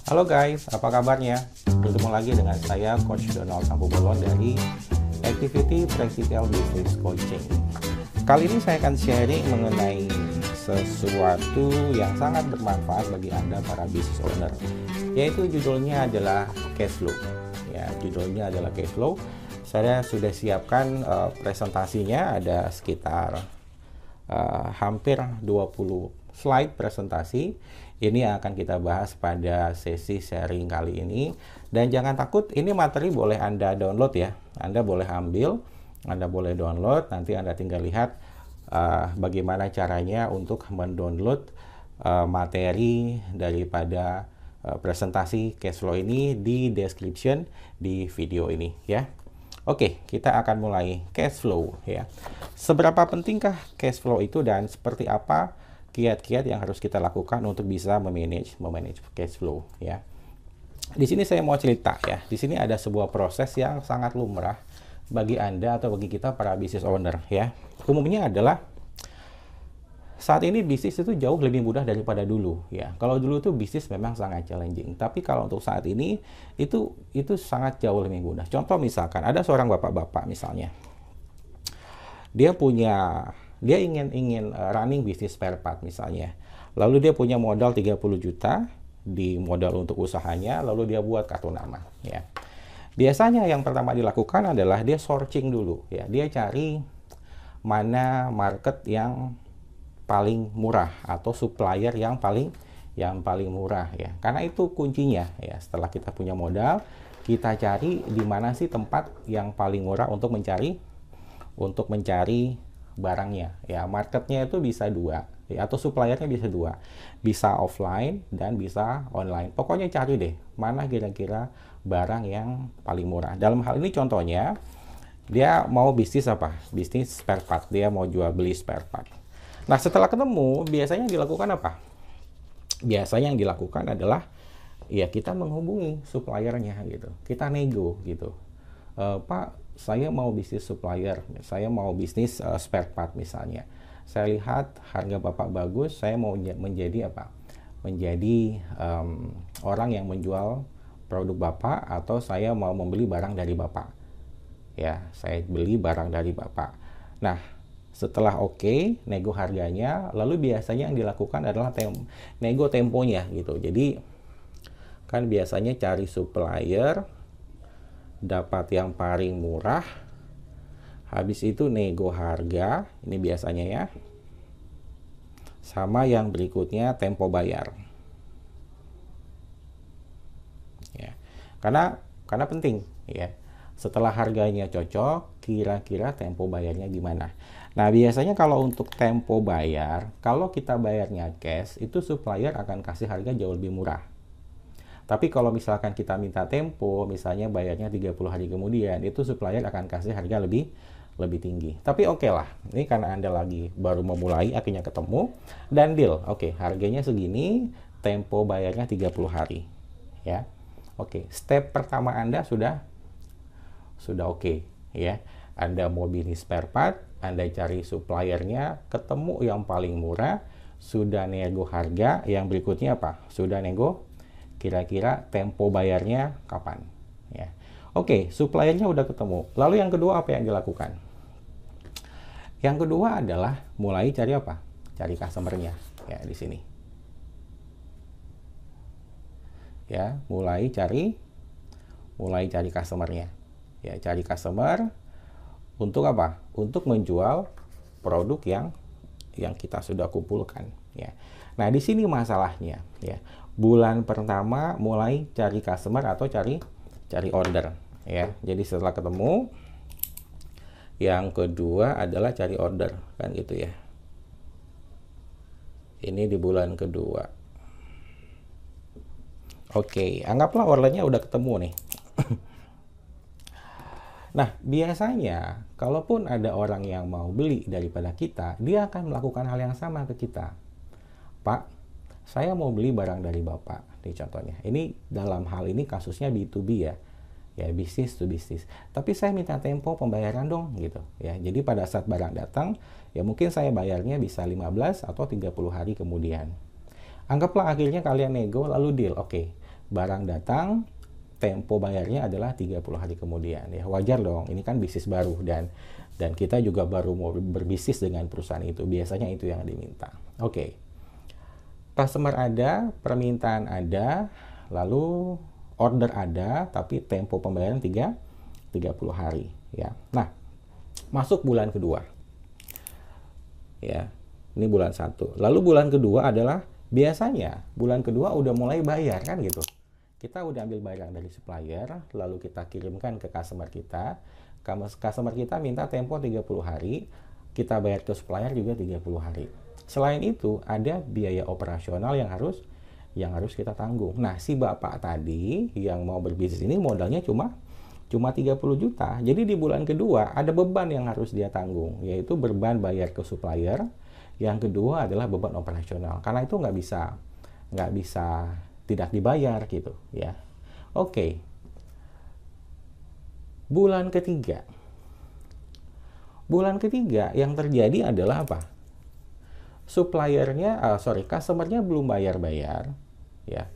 Halo guys, apa kabarnya? Bertemu lagi dengan saya Coach Donald Tampubolon dari Activity Practical Business Coaching. Kali ini saya akan sharing mengenai sesuatu yang sangat bermanfaat bagi Anda para business owner, yaitu judulnya adalah cash flow. Ya, judulnya adalah cash flow. Saya sudah siapkan presentasinya, ada sekitar hampir 20 slide presentasi. Ini yang akan kita bahas pada sesi sharing kali ini. Dan jangan takut, ini materi boleh Anda download ya. Anda boleh ambil, Anda boleh download. Nanti Anda tinggal lihat bagaimana caranya untuk mendownload materi daripada presentasi cash flow ini di description di video ini ya. Oke, kita akan mulai cash flow ya. Seberapa pentingkah cash flow itu dan seperti apa kiat-kiat yang harus kita lakukan untuk bisa memanage cash flow ya. Di sini saya mau cerita ya. Di sini ada sebuah proses yang sangat lumrah bagi Anda atau bagi kita para business owner ya. Umumnya adalah saat ini bisnis itu jauh lebih mudah daripada dulu ya. Kalau dulu tuh bisnis memang sangat challenging, tapi kalau untuk saat ini itu sangat jauh lebih mudah. Contoh misalkan ada seorang bapak-bapak misalnya. Dia ingin running bisnis spare part misalnya. Lalu dia punya modal 30 juta di modal untuk usahanya, lalu dia buat kartu nama ya. Biasanya yang pertama dilakukan adalah dia searching dulu ya. Dia cari mana market yang paling murah atau supplier yang paling murah ya. Karena itu kuncinya ya. Setelah kita punya modal, kita cari di mana sih tempat yang paling murah untuk mencari barangnya ya. Marketnya itu bisa dua ya, atau suppliernya bisa dua, bisa offline dan bisa online. Pokoknya cari deh mana kira-kira barang yang paling murah. Dalam hal ini contohnya dia mau bisnis apa? Bisnis spare part. Dia mau jual beli spare part. Nah, setelah ketemu biasanya yang dilakukan apa? Biasanya yang dilakukan adalah ya kita menghubungi suppliernya gitu. Kita nego gitu. Pak, saya mau bisnis supplier, saya mau bisnis spare part misalnya. Saya lihat harga Bapak bagus, saya mau menjadi apa? Menjadi orang yang menjual produk Bapak, atau saya mau membeli barang dari Bapak. Ya, saya beli barang dari Bapak. Nah, setelah oke, nego harganya, lalu biasanya yang dilakukan adalah nego temponya gitu. Jadi kan biasanya cari supplier, dapat yang paling murah, habis itu nego harga, ini biasanya ya, sama yang berikutnya tempo bayar ya. Karena penting ya, setelah harganya cocok, kira-kira tempo bayarnya gimana. Nah, biasanya kalau untuk tempo bayar, kalau kita bayarnya cash, itu supplier akan kasih harga jauh lebih murah. Tapi kalau misalkan kita minta tempo, misalnya bayarnya 30 hari kemudian, itu supplier akan kasih harga lebih tinggi. Tapi oke lah, ini karena Anda lagi baru memulai, akhirnya ketemu, dan deal. Oke, harganya segini, tempo bayarnya 30 hari. Ya, oke. Step pertama Anda sudah oke. Ya, Anda mau bisnis spare part, Anda cari suppliernya, ketemu yang paling murah, sudah nego harga, yang berikutnya apa? Sudah nego kira-kira tempo bayarnya kapan ya. Oke, suppliernya udah ketemu. Lalu yang kedua apa yang dilakukan? Yang kedua adalah mulai cari apa? Cari customernya ya di sini. Ya, mulai cari customernya. Ya, cari customer untuk apa? Untuk menjual produk yang kita sudah kumpulkan ya. Nah, di sini masalahnya ya. Bulan pertama mulai cari customer atau cari order ya. Jadi setelah ketemu, yang kedua adalah cari order kan gitu ya. Ini di bulan kedua. Oke, anggaplah ordernya udah ketemu nih. Nah, biasanya kalaupun ada orang yang mau beli daripada kita, dia akan melakukan hal yang sama ke kita. Pak, saya mau beli barang dari Bapak, nih contohnya. Ini dalam hal ini kasusnya B2B ya. Ya, bisnis to bisnis. Tapi saya minta tempo pembayaran dong gitu ya. Jadi pada saat barang datang, ya mungkin saya bayarnya bisa 15 atau 30 hari kemudian. Anggaplah akhirnya kalian nego lalu deal. Oke. barang datang, tempo bayarnya adalah 30 hari kemudian. Ya wajar dong, ini kan bisnis baru dan kita juga baru mau berbisnis dengan perusahaan itu. Biasanya itu yang diminta. Oke. Customer ada, permintaan ada, lalu order ada, tapi tempo pembayaran 30 hari, ya. Nah, masuk bulan kedua. Ya. Ini bulan 1. Lalu bulan kedua adalah biasanya bulan kedua udah mulai bayar kan gitu. Kita udah ambil barang dari supplier, lalu kita kirimkan ke customer kita. Customer kita minta tempo 30 hari, kita bayar ke supplier juga 30 hari. Selain itu, ada biaya operasional yang harus kita tanggung. Nah, si bapak tadi yang mau berbisnis ini modalnya cuma 30 juta. Jadi di bulan kedua ada beban yang harus dia tanggung, yaitu beban bayar ke supplier. Yang kedua adalah beban operasional. Karena itu nggak bisa tidak dibayar gitu ya. Oke. Bulan ketiga yang terjadi adalah apa? Customernya belum bayar ya.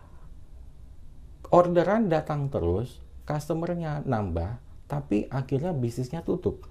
Orderan datang terus, customernya nambah, tapi akhirnya bisnisnya tutup.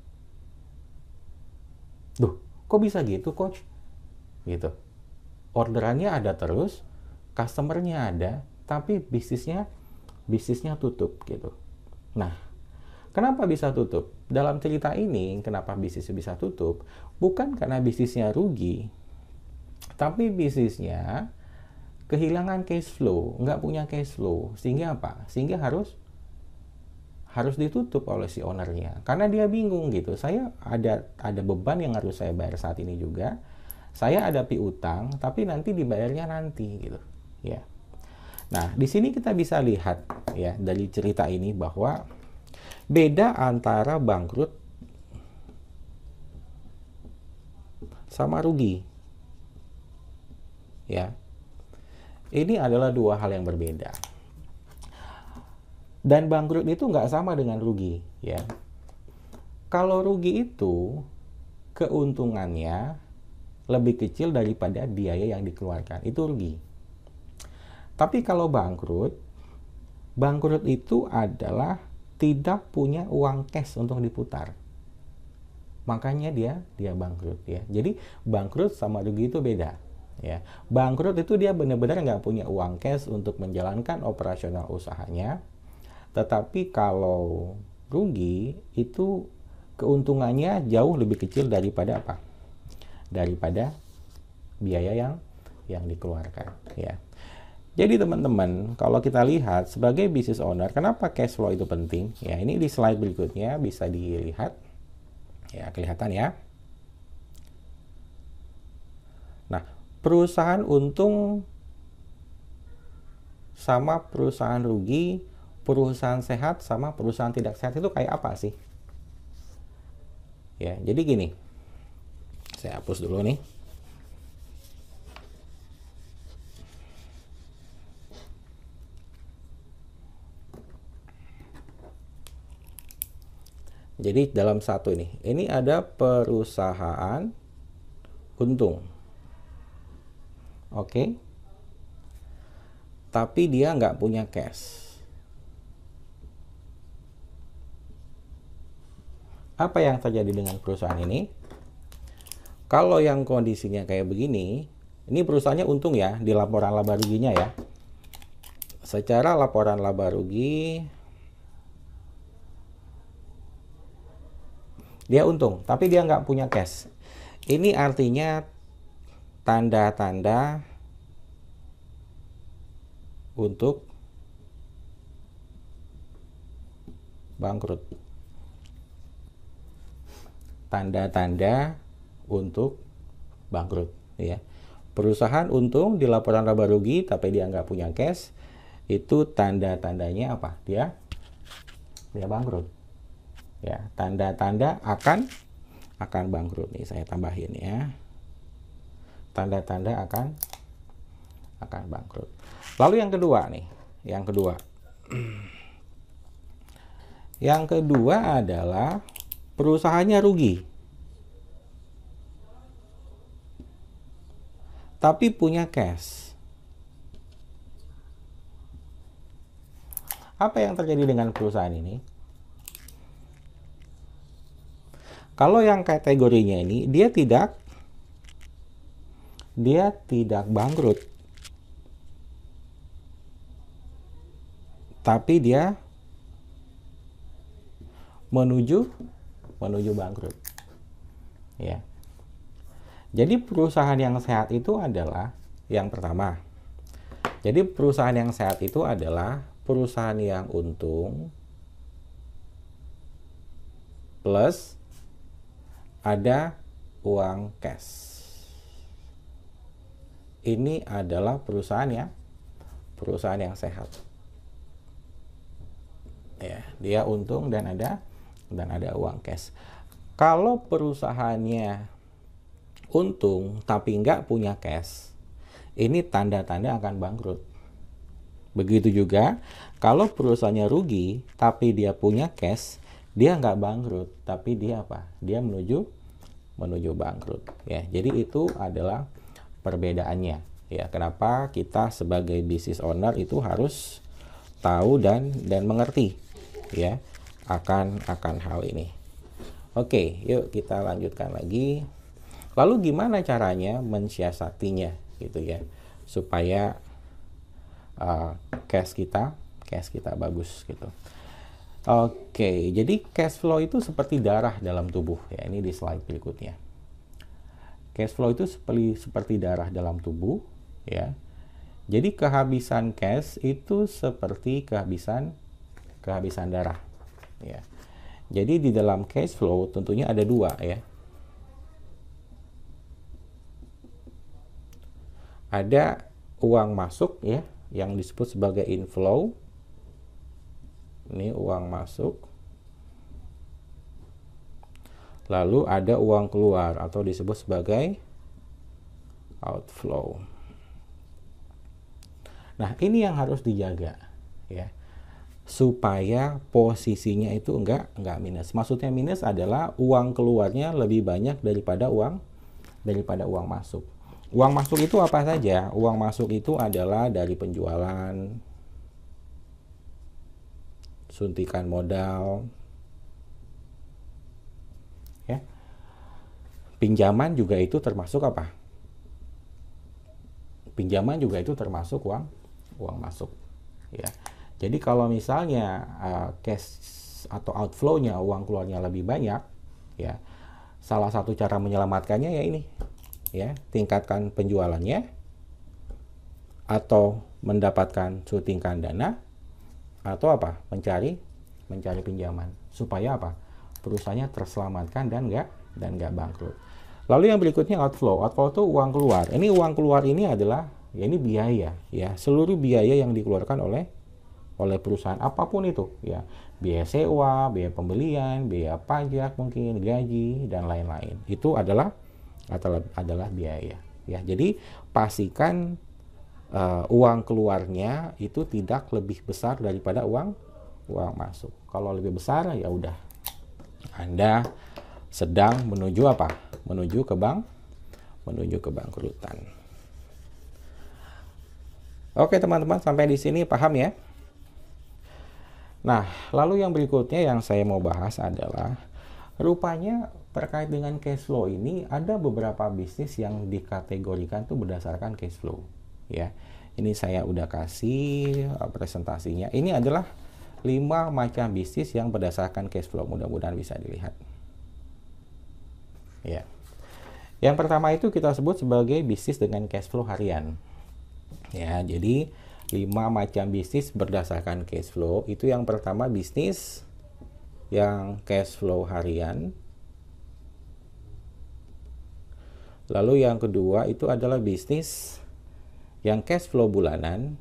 Duh, kok bisa gitu, coach? Gitu. Orderannya ada terus, customernya ada, tapi bisnisnya tutup gitu. Nah, kenapa bisa tutup? Dalam cerita ini, kenapa bisnisnya bisa tutup? Bukan karena bisnisnya rugi, tapi bisnisnya kehilangan cash flow, nggak punya cash flow. Sehingga apa? Sehingga harus ditutup oleh si ownernya. Karena dia bingung gitu. Saya ada beban yang harus saya bayar saat ini juga. Saya hadapi utang, tapi nanti dibayarnya nanti gitu. Ya. Nah, di sini kita bisa lihat ya dari cerita ini bahwa beda antara bangkrut sama rugi. Ya. Ini adalah dua hal yang berbeda. Dan bangkrut itu nggak sama dengan rugi, ya. Kalau rugi itu keuntungannya lebih kecil daripada biaya yang dikeluarkan, itu rugi. Tapi kalau bangkrut itu adalah tidak punya uang cash untuk diputar. Makanya dia bangkrut ya. Jadi bangkrut sama rugi itu beda. Ya, bangkrut itu dia benar-benar nggak punya uang cash untuk menjalankan operasional usahanya. Tetapi kalau rugi itu keuntungannya jauh lebih kecil daripada apa? Daripada biaya yang dikeluarkan. Ya. Jadi teman-teman, kalau kita lihat sebagai business owner, kenapa cash flow itu penting? Ya, ini di slide berikutnya bisa dilihat. Ya, kelihatan ya. Nah, perusahaan untung sama perusahaan rugi, perusahaan sehat sama perusahaan tidak sehat itu kayak apa sih? Ya, jadi gini. Saya hapus dulu nih. Jadi dalam satu ini ada perusahaan untung. Oke. Tapi dia nggak punya cash. Apa yang terjadi dengan perusahaan ini? Kalau yang kondisinya kayak begini, ini perusahaannya untung ya di laporan laba ruginya ya. Secara laporan laba rugi dia untung, tapi dia nggak punya cash. Ini artinya tanda-tanda untuk bangkrut. Tanda-tanda untuk bangkrut ya. Perusahaan untung di laporan laba rugi tapi dia nggak punya cash, itu tanda-tandanya apa? Dia bangkrut. Ya, tanda-tanda akan bangkrut nih, saya tambahin ya. Tanda-tanda akan bangkrut. Lalu yang kedua nih, yang kedua adalah perusahaannya rugi. Tapi punya cash. Apa yang terjadi dengan perusahaan ini? Kalau yang kategorinya ini dia tidak bangkrut, tapi dia menuju bangkrut. Ya. Jadi perusahaan yang sehat itu adalah yang pertama. Jadi perusahaan yang sehat itu adalah perusahaan yang untung plus ada uang cash. Ini adalah perusahaan yang sehat. Ya, dia untung dan ada uang cash. Kalau perusahaannya untung tapi nggak punya cash, ini tanda-tanda akan bangkrut. Begitu juga kalau perusahaannya rugi tapi dia punya cash, dia nggak bangkrut tapi dia apa? Dia menuju bangkrut. Ya, jadi itu adalah perbedaannya. Ya, kenapa kita sebagai business owner itu harus tahu dan mengerti ya akan hal ini. Oke, yuk kita lanjutkan lagi. Lalu gimana caranya mensiasatinya gitu ya supaya cash kita bagus gitu. Oke, jadi cash flow itu seperti darah dalam tubuh ya. Ini di slide berikutnya. Cash flow itu seperti darah dalam tubuh ya. Jadi kehabisan cash itu seperti kehabisan darah ya. Jadi di dalam cash flow tentunya ada dua ya. Ada uang masuk ya yang disebut sebagai inflow. Ini uang masuk. Lalu ada uang keluar atau disebut sebagai outflow. Nah, ini yang harus dijaga ya. Supaya posisinya itu enggak minus. Maksudnya minus adalah uang keluarnya lebih banyak daripada uang masuk. Uang masuk itu apa saja? Uang masuk itu adalah dari penjualan, suntikan modal, ya. Pinjaman juga itu termasuk apa? Pinjaman juga itu termasuk uang masuk, ya. Jadi kalau misalnya cash atau outflow-nya, uang keluarnya lebih banyak, ya, salah satu cara menyelamatkannya ya ini, ya, tingkatkan penjualannya atau mendapatkan suntikan dana atau apa? Mencari pinjaman supaya apa? Perusahaannya terselamatkan dan nggak bangkrut. Lalu yang berikutnya outflow. Outflow itu uang keluar. Ini uang keluar ini adalah ya ini biaya, ya, seluruh biaya yang dikeluarkan oleh perusahaan apapun itu, ya, biaya sewa, biaya pembelian, biaya pajak mungkin, gaji dan lain-lain. Itu adalah biaya, ya. Jadi pastikan uang keluarnya itu tidak lebih besar daripada uang masuk. Kalau lebih besar ya udah Anda sedang menuju apa? Menuju kebangkrutan. Oke teman-teman, sampai di sini paham ya? Nah, lalu yang berikutnya yang saya mau bahas adalah rupanya terkait dengan cash flow ini ada beberapa bisnis yang dikategorikan tuh berdasarkan cash flow, ya. Ini saya udah kasih presentasinya. Ini adalah 5 macam bisnis yang berdasarkan cash flow. Mudah-mudahan bisa dilihat. Ya. Yang pertama itu kita sebut sebagai bisnis dengan cash flow harian. Ya, jadi 5 macam bisnis berdasarkan cash flow. Itu yang pertama bisnis yang cash flow harian. Lalu yang kedua itu adalah bisnis yang cash flow bulanan.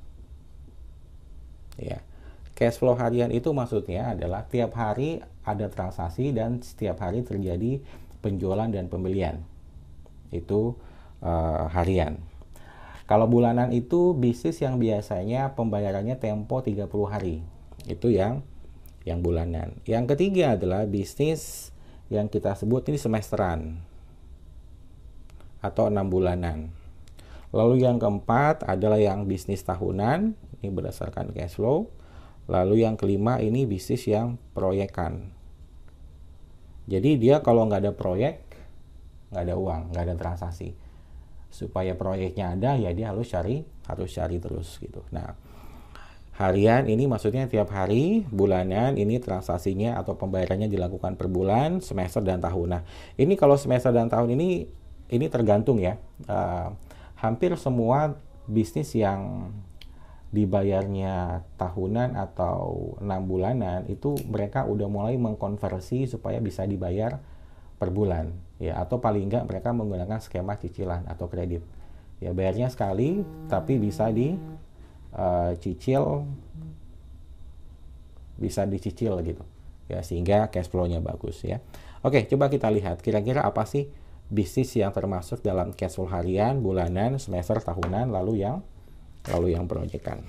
Ya. Cash flow harian itu maksudnya adalah tiap hari ada transaksi dan setiap hari terjadi penjualan dan pembelian. Itu harian. Kalau bulanan itu bisnis yang biasanya pembayarannya tempo 30 hari. Itu yang bulanan. Yang ketiga adalah bisnis yang kita sebut ini semesteran atau 6 bulanan. Lalu yang keempat adalah yang bisnis tahunan, ini berdasarkan cash flow. Lalu yang kelima ini bisnis yang proyekan. Jadi dia kalau nggak ada proyek, nggak ada uang, nggak ada transaksi. Supaya proyeknya ada, ya dia harus cari terus gitu. Nah, harian ini maksudnya tiap hari, bulanan ini transaksinya atau pembayarannya dilakukan per bulan, semester dan tahun. Nah, ini kalau semester dan tahun ini tergantung ya. Hampir semua bisnis yang dibayarnya tahunan atau 6 bulanan itu mereka udah mulai mengkonversi supaya bisa dibayar per bulan ya, atau paling enggak mereka menggunakan skema cicilan atau kredit ya, bayarnya sekali tapi bisa dicicil gitu ya, sehingga cash flow-nya bagus ya. Oke, coba kita lihat kira-kira apa sih bisnis yang termasuk dalam cash flow harian, bulanan, semester, tahunan, lalu yang proyekan.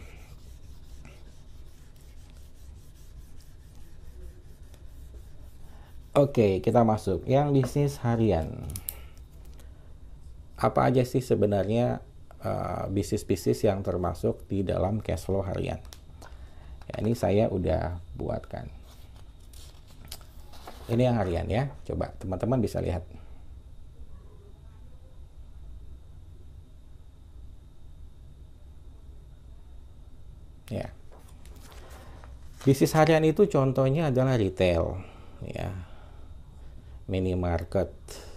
Oke, kita masuk yang bisnis harian. Apa aja sih sebenarnya bisnis-bisnis yang termasuk di dalam cash flow harian? Ya, ini saya udah buatkan. Ini yang harian ya. Coba teman-teman bisa lihat. Ya. Bisnis harian itu contohnya adalah retail, ya, minimarket,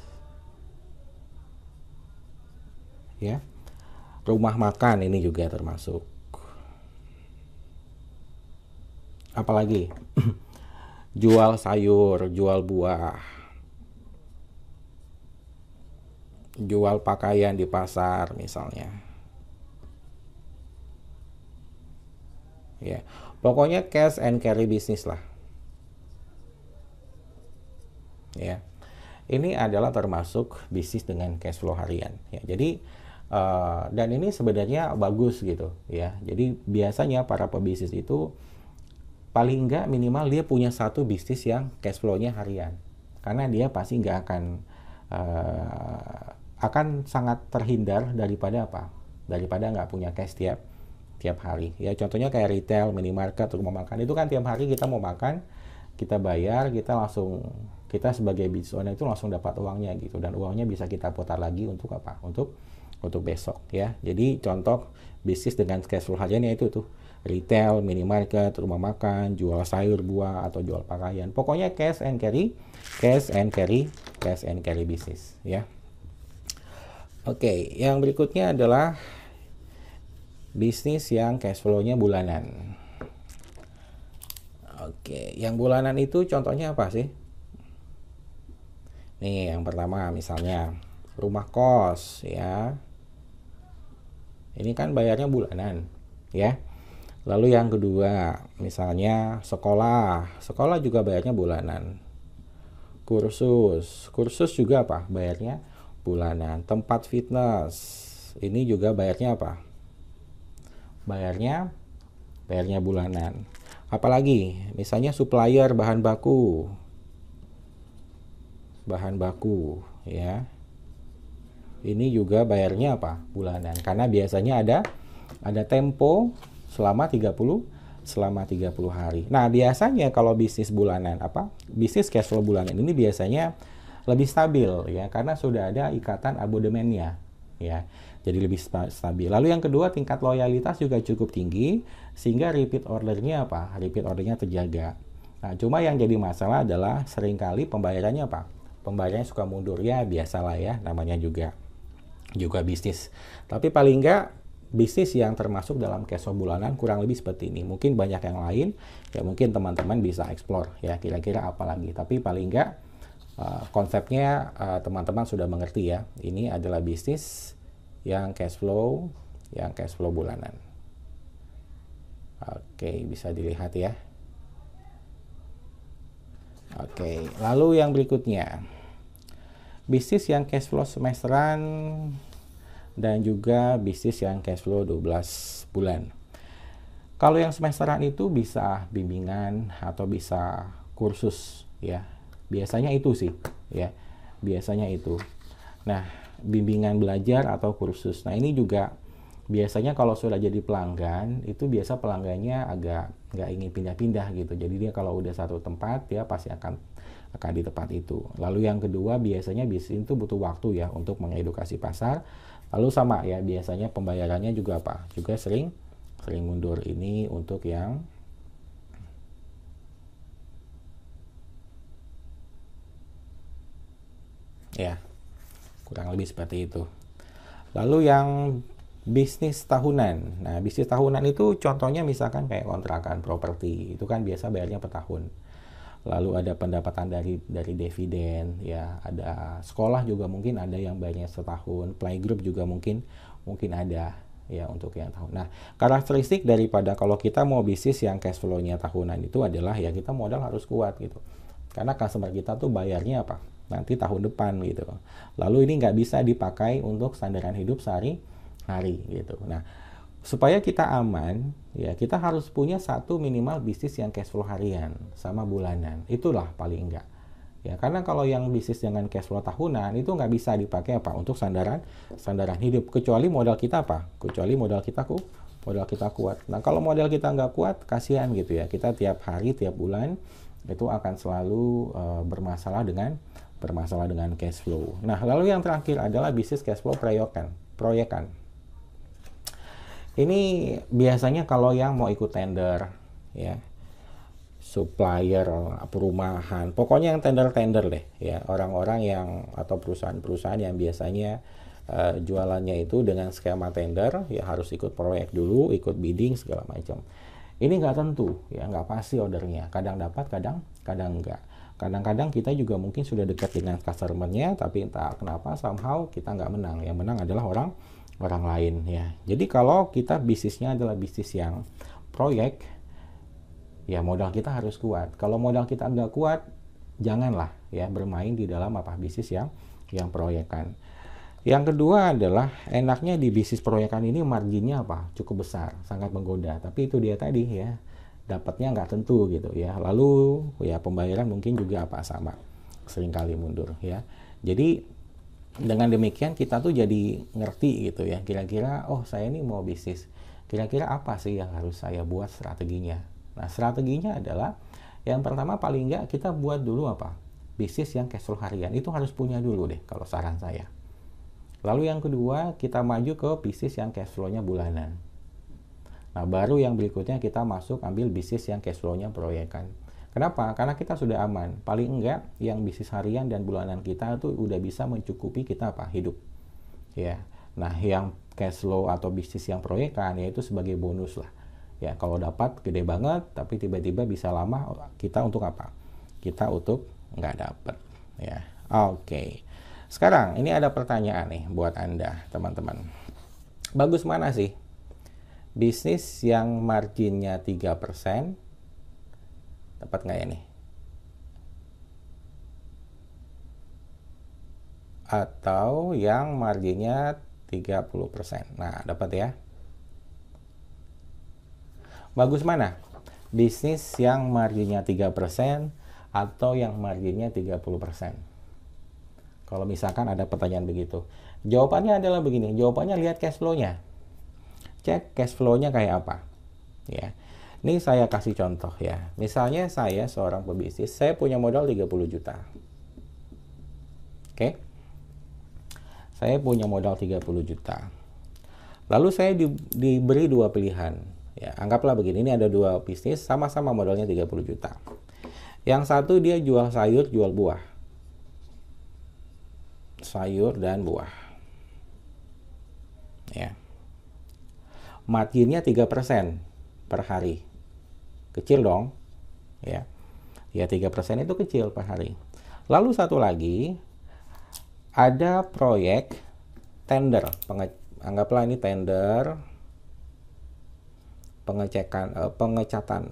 ya, rumah makan ini juga termasuk. Apalagi jual sayur, jual buah, jual pakaian di pasar misalnya. Ya, pokoknya cash and carry bisnis lah. Ya, ini adalah termasuk bisnis dengan cash flow harian. Ya, jadi dan ini sebenarnya bagus gitu ya. Jadi biasanya para pebisnis itu paling enggak minimal dia punya satu bisnis yang cash flow-nya harian, karena dia pasti nggak akan sangat terhindar daripada nggak punya cash tiap hari ya. Contohnya kayak retail, minimarket, rumah makan itu kan tiap hari kita mau makan, kita bayar, kita sebagai business owner itu langsung dapat uangnya gitu, dan uangnya bisa kita putar lagi untuk apa? Untuk besok ya. Jadi contoh bisnis dengan cash flow harian itu tuh retail, minimarket, rumah makan, jual sayur, buah, atau jual pakaian. Pokoknya cash and carry bisnis ya. Oke, yang berikutnya adalah bisnis yang cash flow-nya bulanan. Oke, yang bulanan itu contohnya apa sih? Nih, yang pertama misalnya rumah kos ya. Ini kan bayarnya bulanan ya. Lalu yang kedua, misalnya sekolah juga bayarnya bulanan. Kursus juga apa? Bayarnya bulanan. Tempat fitness, ini juga bayarnya apa? Bayarnya bulanan. Apalagi misalnya supplier bahan baku ya, ini juga bayarnya apa? Bulanan, karena biasanya ada tempo selama 30 hari. Nah, biasanya kalau bisnis bulanan bisnis cash flow bulanan ini biasanya lebih stabil ya, karena sudah ada ikatan abonemennya ya. Jadi lebih stabil. Lalu yang kedua, tingkat loyalitas juga cukup tinggi sehingga repeat ordernya terjaga. Nah, cuma yang jadi masalah adalah seringkali pembayarannya pembayarannya suka mundur ya, biasalah ya, namanya juga bisnis. Tapi paling enggak bisnis yang termasuk dalam cash flow bulanan kurang lebih seperti ini. Mungkin banyak yang lain ya, mungkin teman-teman bisa explore ya kira-kira apa lagi. Tapi paling enggak konsepnya teman-teman sudah mengerti ya. Ini adalah bisnis yang cash flow bulanan. Oke, bisa dilihat ya. Oke, lalu yang berikutnya, bisnis yang cash flow semesteran dan juga bisnis yang cash flow 12 bulan. Kalau yang semesteran itu bisa bimbingan atau bisa kursus ya. Biasanya itu sih ya. Biasanya itu. Nah, bimbingan belajar atau kursus. Nah, ini juga Biasanya kalau sudah jadi pelanggan, itu biasa pelanggannya agak nggak ingin pindah-pindah gitu. Jadi dia kalau udah satu tempat, dia pasti akan di tempat itu. Lalu yang kedua, biasanya bisnis itu butuh waktu ya untuk mengedukasi pasar. Lalu sama ya, biasanya pembayarannya juga apa? Juga sering mundur. Ini untuk yang ya, kurang lebih seperti itu. Lalu yang bisnis tahunan. Nah, bisnis tahunan itu contohnya misalkan kayak kontrakan properti. Itu kan biasa bayarnya per tahun. Lalu ada pendapatan dari dividen, ya, ada sekolah juga mungkin ada yang bayarnya setahun, playgroup juga mungkin ada ya untuk yang tahun. Nah, karakteristik daripada kalau kita mau bisnis yang cash flow-nya tahunan itu adalah ya kita modal harus kuat gitu. Karena customer kita tuh bayarnya apa? Nanti tahun depan gitu. Lalu ini nggak bisa dipakai untuk sandaran hidup sehari-hari gitu. Nah, supaya kita aman, ya kita harus punya satu minimal bisnis yang cash flow harian sama bulanan. Itulah paling enggak. Ya, karena kalau yang bisnis dengan cash flow tahunan itu nggak bisa dipakai apa untuk sandaran hidup, kecuali modal kita apa? Kecuali modal kita kuat. Nah, kalau modal kita nggak kuat, kasihan gitu ya. Kita tiap hari, tiap bulan itu akan selalu bermasalah dengan cash flow. Nah, lalu yang terakhir adalah bisnis cash flow proyekan. Ini biasanya kalau yang mau ikut tender, ya, supplier, perumahan, pokoknya yang tender deh, ya, orang-orang yang atau perusahaan-perusahaan yang biasanya jualannya itu dengan skema tender, ya harus ikut proyek dulu, ikut bidding segala macam. Ini nggak tentu, ya nggak pasti ordernya. Kadang dapat, kadang enggak. Kadang-kadang kita juga mungkin sudah dekat dengan customer-nya, tapi entah kenapa somehow kita nggak menang. Yang menang adalah orang lain ya. Jadi kalau kita bisnisnya adalah bisnis yang proyek, ya modal kita harus kuat. Kalau modal kita nggak kuat, janganlah ya bermain di dalam bisnis yang proyekan. Yang kedua adalah enaknya di bisnis proyekan ini marginnya cukup besar, sangat menggoda. Tapi itu dia tadi ya, dapatnya nggak tentu gitu ya. Lalu ya pembayaran mungkin juga sama, seringkali mundur ya. Jadi dengan demikian kita tuh jadi ngerti gitu ya, kira-kira saya ini mau bisnis, kira-kira apa sih yang harus saya buat strateginya. Nah, strateginya adalah yang pertama paling nggak kita buat dulu bisnis yang cash flow harian, itu harus punya dulu deh kalau saran saya. Lalu yang kedua, kita maju ke bisnis yang cash flow-nya bulanan. Nah, baru yang berikutnya kita masuk ambil bisnis yang cash flow-nya proyekan. Kenapa? Karena kita sudah aman. Paling enggak yang bisnis harian dan bulanan kita itu udah bisa mencukupi kita hidup. Ya. Nah, yang cash flow atau bisnis yang proyekan yaitu sebagai bonus lah. Ya, kalau dapat gede banget tapi tiba-tiba bisa lama kita untuk apa? Kita untuk nggak dapat. Ya. Oke. Sekarang ini ada pertanyaan nih buat Anda, teman-teman. Bagus mana sih? Bisnis yang marginnya 3%, dapat nggak ya nih? Atau yang marginnya 30%. Nah, dapat ya? Bagus mana? Bisnis yang marginnya 3% atau yang marginnya 30%? Kalau misalkan ada pertanyaan begitu. Jawabannya adalah begini. Jawabannya lihat cash flow-nya. Cek cash flow-nya kayak apa. Ya. Ini saya kasih contoh ya. Misalnya saya seorang pebisnis, saya punya modal 30 juta. Oke. Saya punya modal 30 juta. Lalu saya diberi dua pilihan. Ya, anggaplah begini, ini ada dua bisnis sama-sama modalnya 30 juta. Yang satu dia jual sayur, jual buah. Sayur dan buah. Ya. Marginnya 3% per hari. Kecil dong. Ya. Ya 3% itu kecil per hari. Lalu satu lagi ada proyek tender. Anggaplah ini tender pengecatan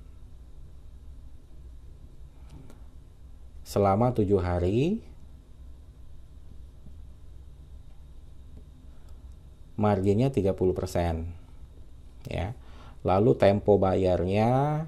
selama 7 hari. Marginnya 30%. Ya. Lalu tempo bayarnya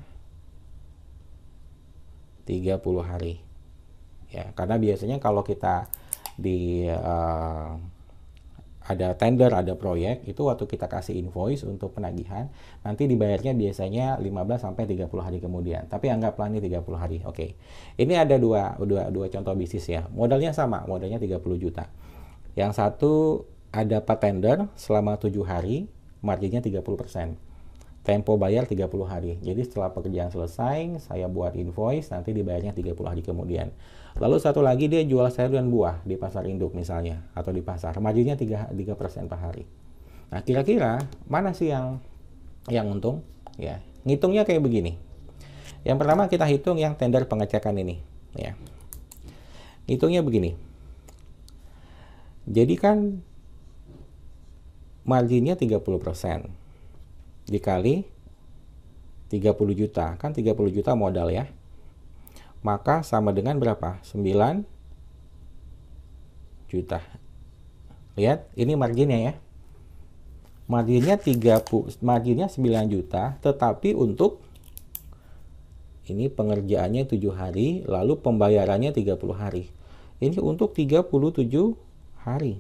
30 hari. Ya, karena biasanya kalau kita di ada tender, ada proyek, itu waktu kita kasih invoice untuk penagihan, nanti dibayarnya biasanya 15 sampai 30 hari kemudian. Tapi anggaplah ini 30 hari. Oke. Ini ada dua contoh bisnis ya. Modalnya sama, modalnya 30 juta. Yang satu ada tender selama 7 hari, marginnya 30%. Tempo bayar 30 hari. Jadi setelah pekerjaan selesai, saya buat invoice, nanti dibayarnya 30 hari kemudian. Lalu satu lagi dia jual sayur dan buah di pasar induk misalnya, atau di pasar. Marginnya 3% per hari. Nah, kira-kira mana sih yang untung? Ya, ngitungnya kayak begini. Yang pertama kita hitung yang tender pengecekan ini. Ya. Hitungnya begini. Jadi kan marginnya 30%. Dikali 30 juta, kan 30 juta modal ya, maka sama dengan berapa? 9 juta. Lihat, ini marginnya ya, marginnya 9 juta, tetapi untuk ini pengerjaannya 7 hari, lalu pembayarannya 30 hari. Ini untuk 37 hari.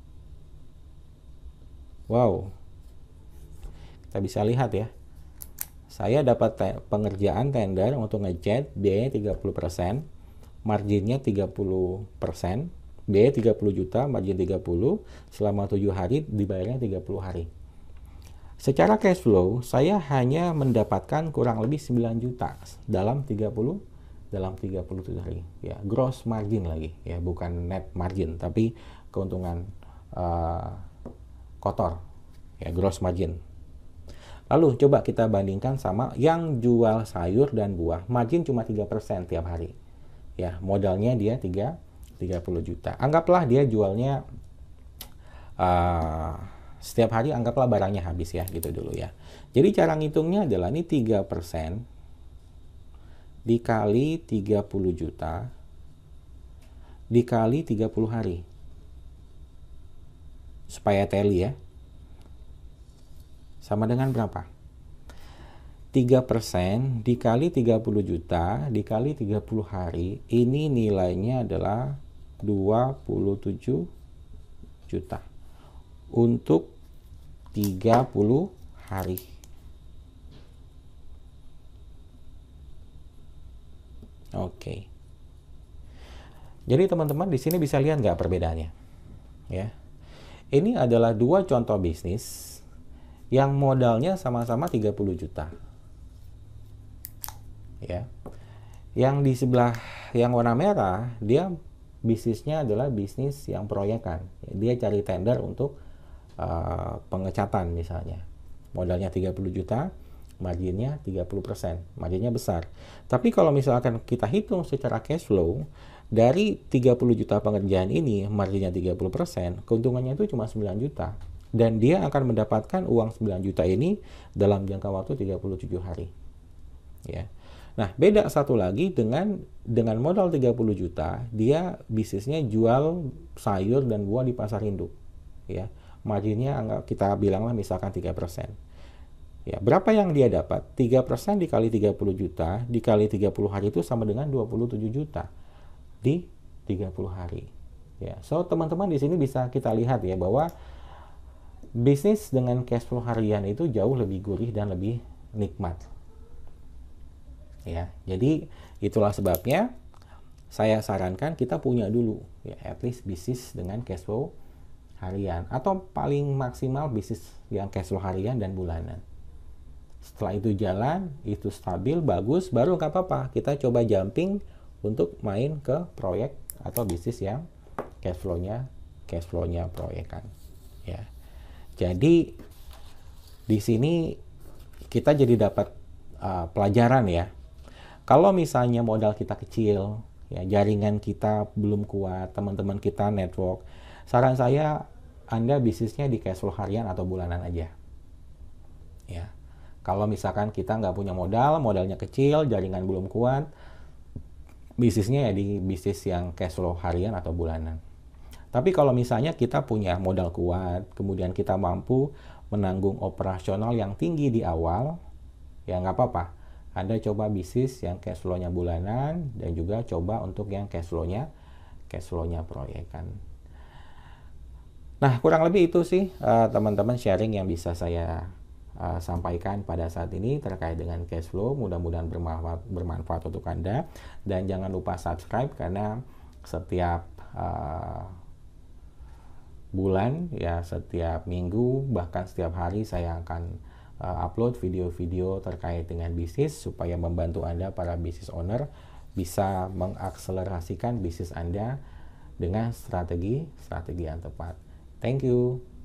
Wow, kita bisa lihat ya, saya dapat pengerjaan tender untuk ngecat, biayanya 30%, marginnya 30%, biaya 30 juta, margin 30, selama 7 hari, dibayarnya 30 hari. Secara cash flow, saya hanya mendapatkan kurang lebih 9 juta dalam 37 hari. Ya, gross margin lagi, ya, bukan net margin, tapi keuntungan kotor, ya, gross margin. Lalu coba kita bandingkan sama yang jual sayur dan buah, margin cuma 3% tiap hari. Ya, modalnya dia 30 juta. Anggaplah dia jualnya setiap hari, anggaplah barangnya habis ya, gitu dulu ya. Jadi cara ngitungnya adalah ini 3% dikali 30 juta dikali 30 hari. Supaya tally ya. Sama dengan berapa? 3% dikali 30 juta dikali 30 hari, ini nilainya adalah 27 juta untuk 30 hari. Oke. Jadi teman-teman di sini bisa lihat nggak perbedaannya? Ya. Ini adalah dua contoh bisnis yang modalnya sama-sama 30 juta. Ya. Yang di sebelah yang warna merah, dia bisnisnya adalah bisnis yang proyekan. Dia cari tender untuk pengecatan misalnya. Modalnya 30 juta, marginnya 30%. Marginnya besar. Tapi kalau misalkan kita hitung secara cash flow, dari 30 juta pengerjaan ini, marginnya 30%, keuntungannya itu cuma 9 juta. Dan dia akan mendapatkan uang 9 juta ini dalam jangka waktu 37 hari. Ya. Nah, beda satu lagi dengan modal 30 juta, dia bisnisnya jual sayur dan buah di pasar induk. Ya. Marginnya kita bilanglah misalkan 3%. Ya, berapa yang dia dapat? 3% dikali 30 juta dikali 30 hari itu sama dengan 27 juta di 30 hari. Ya. So, teman-teman di sini bisa kita lihat ya bahwa bisnis dengan cash flow harian itu jauh lebih gurih dan lebih nikmat. Ya, jadi itulah sebabnya saya sarankan kita punya dulu ya at least bisnis dengan cash flow harian atau paling maksimal bisnis yang cash flow harian dan bulanan. Setelah itu jalan, itu stabil, bagus, baru nggak apa-apa kita coba jumping untuk main ke proyek atau bisnis yang cash flow-nya proyekan. Ya. Jadi di sini kita jadi dapat pelajaran ya. Kalau misalnya modal kita kecil, ya jaringan kita belum kuat, teman-teman kita network, saran saya Anda bisnisnya di cash flow harian atau bulanan aja. Ya. Kalau misalkan kita nggak punya modalnya kecil, jaringan belum kuat, bisnisnya ya di bisnis yang cash flow harian atau bulanan. Tapi kalau misalnya kita punya modal kuat, kemudian kita mampu menanggung operasional yang tinggi di awal, ya nggak apa-apa. Anda coba bisnis yang cash flow-nya bulanan dan juga coba untuk yang cash flow-nya proyekan. Nah, kurang lebih itu sih teman-teman sharing yang bisa saya sampaikan pada saat ini terkait dengan cash flow. Mudah-mudahan bermanfaat untuk Anda, dan jangan lupa subscribe karena setiap bulan ya, setiap minggu bahkan setiap hari saya akan upload video-video terkait dengan bisnis supaya membantu Anda para business owner bisa mengakselerasikan bisnis Anda dengan strategi yang tepat. Thank you.